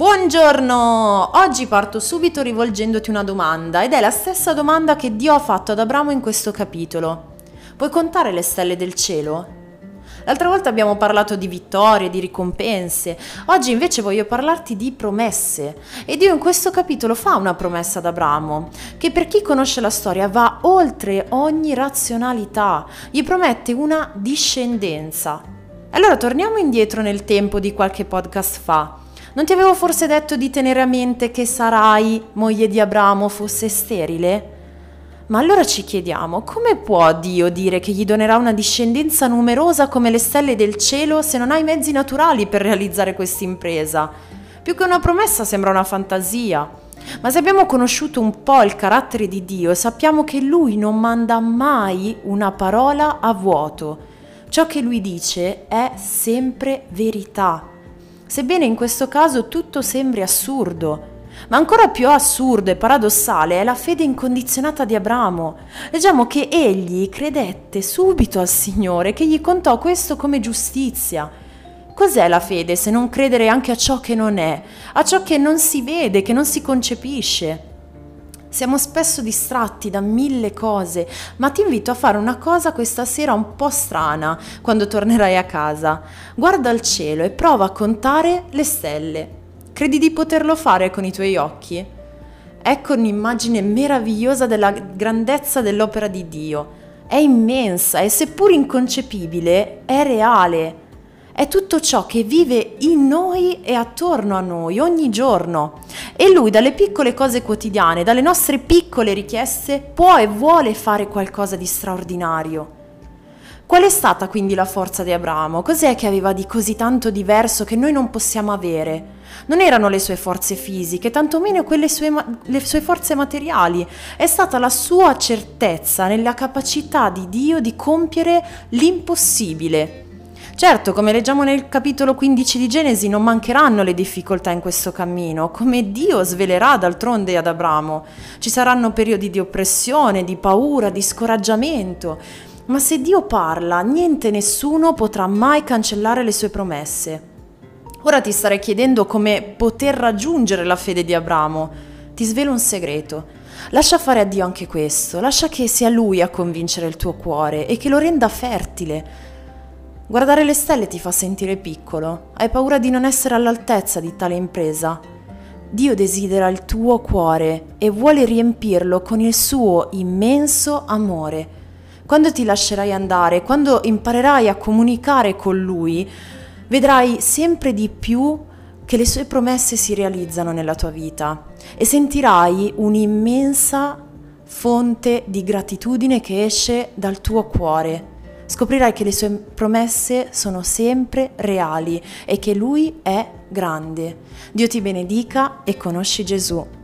Buongiorno! Oggi parto subito rivolgendoti una domanda ed è la stessa domanda che Dio ha fatto ad Abramo in questo capitolo. Puoi contare le stelle del cielo? L'altra volta abbiamo parlato di vittorie, di ricompense, oggi invece voglio parlarti di promesse e Dio in questo capitolo fa una promessa ad Abramo che per chi conosce la storia va oltre ogni razionalità, gli promette una discendenza. Allora torniamo indietro nel tempo di qualche podcast fa. Non ti avevo forse detto di tenere a mente che Sarai, moglie di Abramo, fosse sterile? Ma allora ci chiediamo, come può Dio dire che gli donerà una discendenza numerosa come le stelle del cielo se non ha i mezzi naturali per realizzare questa impresa? Più che una promessa sembra una fantasia. Ma se abbiamo conosciuto un po' il carattere di Dio, sappiamo che Lui non manda mai una parola a vuoto. Ciò che Lui dice è sempre verità. Sebbene in questo caso tutto sembri assurdo, ma ancora più assurdo e paradossale è la fede incondizionata di Abramo. Leggiamo che egli credette subito al Signore, che gli contò questo come giustizia. Cos'è la fede se non credere anche a ciò che non è, a ciò che non si vede, che non si concepisce? Siamo spesso distratti da mille cose, ma ti invito a fare una cosa questa sera un po' strana quando tornerai a casa. Guarda al cielo e prova a contare le stelle. Credi di poterlo fare con i tuoi occhi? Ecco un'immagine meravigliosa della grandezza dell'opera di Dio. È immensa e seppur inconcepibile, è reale. È tutto ciò che vive in noi e attorno a noi ogni giorno. E Lui dalle piccole cose quotidiane, dalle nostre piccole richieste, può e vuole fare qualcosa di straordinario. Qual è stata quindi la forza di Abramo? Cos'è che aveva di così tanto diverso che noi non possiamo avere? Non erano le sue forze fisiche, tantomeno le sue forze materiali. È stata la sua certezza nella capacità di Dio di compiere l'impossibile. Certo, come leggiamo nel capitolo 15 di Genesi, non mancheranno le difficoltà in questo cammino, come Dio svelerà d'altronde ad Abramo. Ci saranno periodi di oppressione, di paura, di scoraggiamento, ma se Dio parla, niente e nessuno potrà mai cancellare le sue promesse. Ora ti starei chiedendo come poter raggiungere la fede di Abramo. Ti svelo un segreto. Lascia fare a Dio anche questo, lascia che sia Lui a convincere il tuo cuore e che lo renda fertile. Guardare le stelle ti fa sentire piccolo? Hai paura di non essere all'altezza di tale impresa? Dio desidera il tuo cuore e vuole riempirlo con il suo immenso amore. Quando ti lascerai andare, quando imparerai a comunicare con Lui, vedrai sempre di più che le sue promesse si realizzano nella tua vita e sentirai un'immensa fonte di gratitudine che esce dal tuo cuore. Scoprirai che le sue promesse sono sempre reali e che Lui è grande. Dio ti benedica e conosci Gesù.